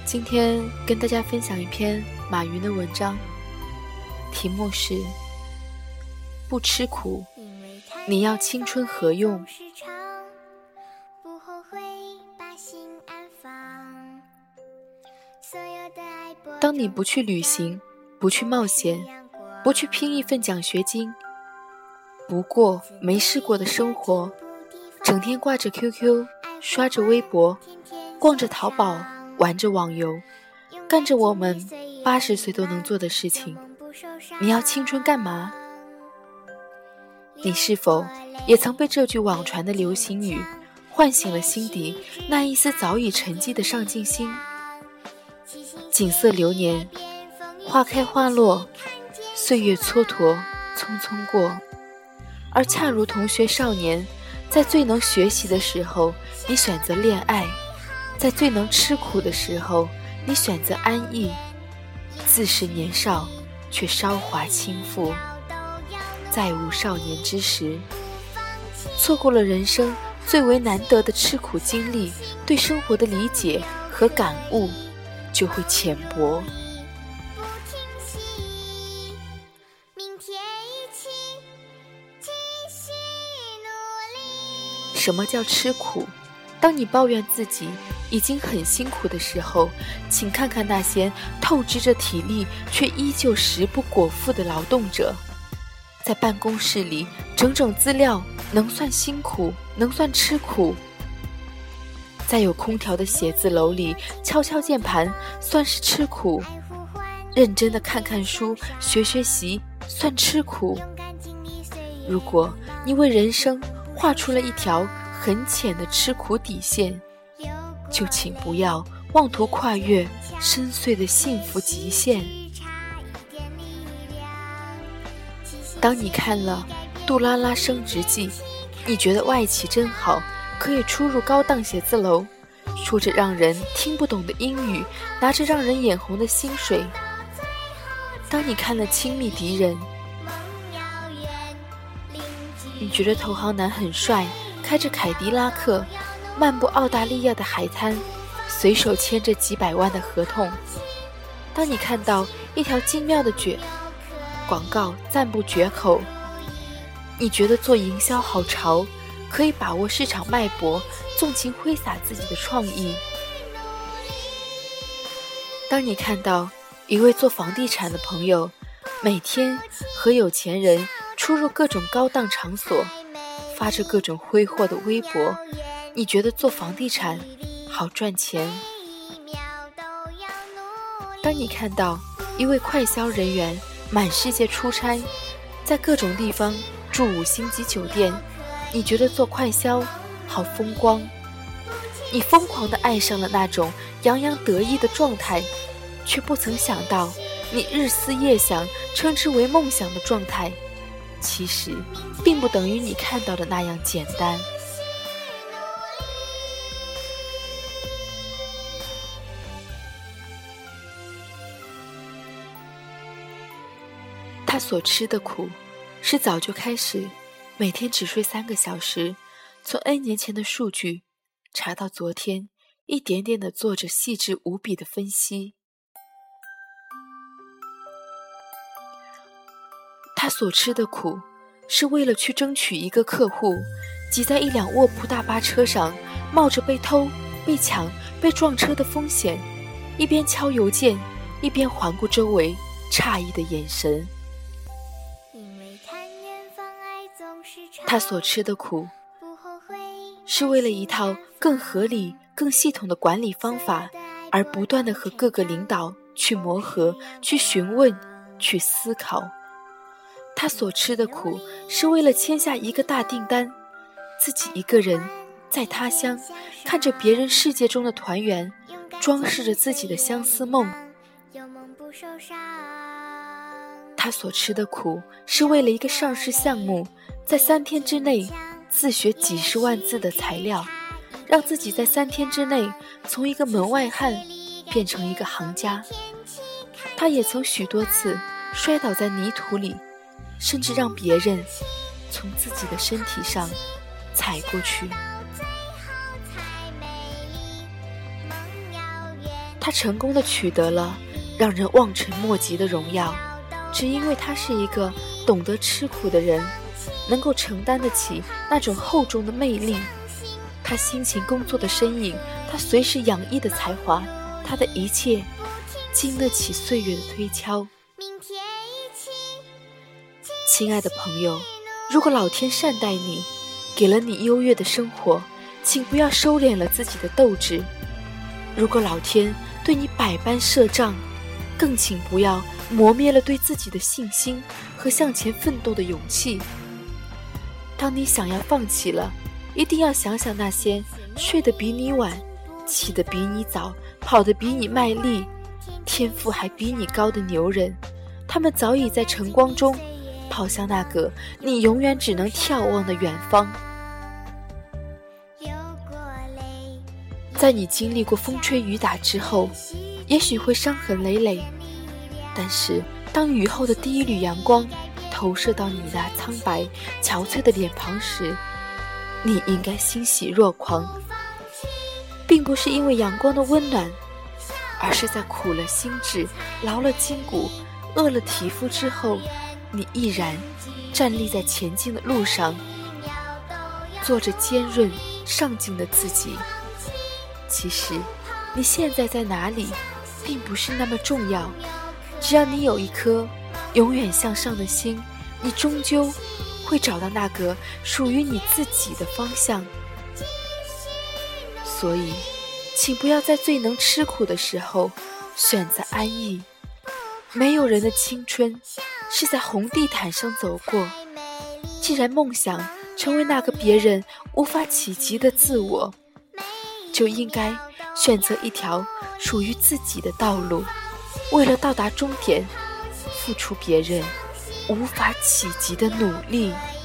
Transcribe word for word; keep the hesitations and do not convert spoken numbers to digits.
今天跟大家分享一篇马云的文章，题目是不吃苦，你要青春何用？当你不去旅行，不去冒险，不去拼一份奖学金，不过没试过的生活，整天挂着 Q Q， 刷着微博，逛着淘宝，玩着网游，干着我们八十岁都能做的事情，你要青春干嘛？你是否也曾被这句网传的流行语唤醒了心底那一丝早已沉寂的上进心？景色流年，花开花落，岁月蹉跎，匆匆过。而恰如同学少年，在最能学习的时候，你选择恋爱；在最能吃苦的时候，你选择安逸。自是年少，却韶华倾覆，再无少年之时。错过了人生最为难得的吃苦经历，对生活的理解和感悟就会浅薄。什么叫吃苦？当你抱怨自己已经很辛苦的时候，请看看那些透支着体力却依旧食不果腹的劳动者。在办公室里整整资料，能算辛苦，能算吃苦？在有空调的写字楼里敲敲键盘，算是吃苦？认真的看看书，学学习，算吃苦？如果你为人生画出了一条很浅的吃苦底线，就请不要妄图跨越深邃的幸福极限。当你看了《杜拉拉升职记》，你觉得外企真好，可以出入高档写字楼，说着让人听不懂的英语，拿着让人眼红的薪水。当你看了《亲密敌人》，你觉得投行男很帅，开着凯迪拉克漫步澳大利亚的海滩，随手签着几百万的合同。当你看到一条精妙的绝广告赞不绝口，你觉得做营销好潮，可以把握市场脉搏，纵情挥洒自己的创意。当你看到一位做房地产的朋友每天和有钱人出入各种高档场所，发着各种挥霍的微博，你觉得做房地产好赚钱。当你看到一位快销人员满世界出差，在各种地方住五星级酒店，你觉得做快销好风光。你疯狂地爱上了那种洋洋得意的状态，却不曾想到你日思夜想称之为梦想的状态，其实并不等于你看到的那样简单。他所吃的苦，是早就开始每天只睡三个小时，从 N 年前的数据查到昨天，一点点地做着细致无比的分析。他所吃的苦，是为了去争取一个客户，挤在一辆卧铺大巴车上，冒着被偷、被抢、被撞车的风险，一边敲邮件，一边环顾周围诧异的眼神。他所吃的苦，是为了一套更合理、更系统的管理方法，而不断地和各个领导去磨合、去询问、去思考。他所吃的苦，是为了签下一个大订单，自己一个人在他乡，看着别人世界中的团圆，装饰着自己的相思梦。他所吃的苦，是为了一个上市项目，在三天之内自学几十万字的材料，让自己在三天之内从一个门外汉变成一个行家。他也曾许多次摔倒在泥土里，甚至让别人从自己的身体上踩过去。 他成功地取得了让人望尘莫及的荣耀，只因为他是一个懂得吃苦的人，能够承担得起那种厚重的魅力。他辛勤工作的身影，他随时洋溢的才华，他的一切经得起岁月的推敲。亲爱的朋友，如果老天善待你，给了你优越的生活，请不要收敛了自己的斗志。如果老天对你百般设障，更请不要磨灭了对自己的信心和向前奋斗的勇气。当你想要放弃了，一定要想想那些睡得比你晚，起得比你早，跑得比你卖力，天赋还比你高的牛人，他们早已在晨光中跑向那个你永远只能眺望的远方。在你经历过风吹雨打之后，也许会伤痕累累，但是当雨后的第一缕阳光投射到你那苍白憔悴的脸庞时，你应该欣喜若狂，并不是因为阳光的温暖，而是在苦了心智，劳了筋骨，饿了体肤之后，你毅然站立在前进的路上，做着坚韧上进的自己。其实你现在在哪里并不是那么重要，只要你有一颗永远向上的心，你终究会找到那个属于你自己的方向。所以请不要在最能吃苦的时候选择安逸。没有人的青春是在红地毯上走过，既然梦想成为那个别人无法企及的自我，就应该选择一条属于自己的道路，为了到达终点付出别人无法企及的努力。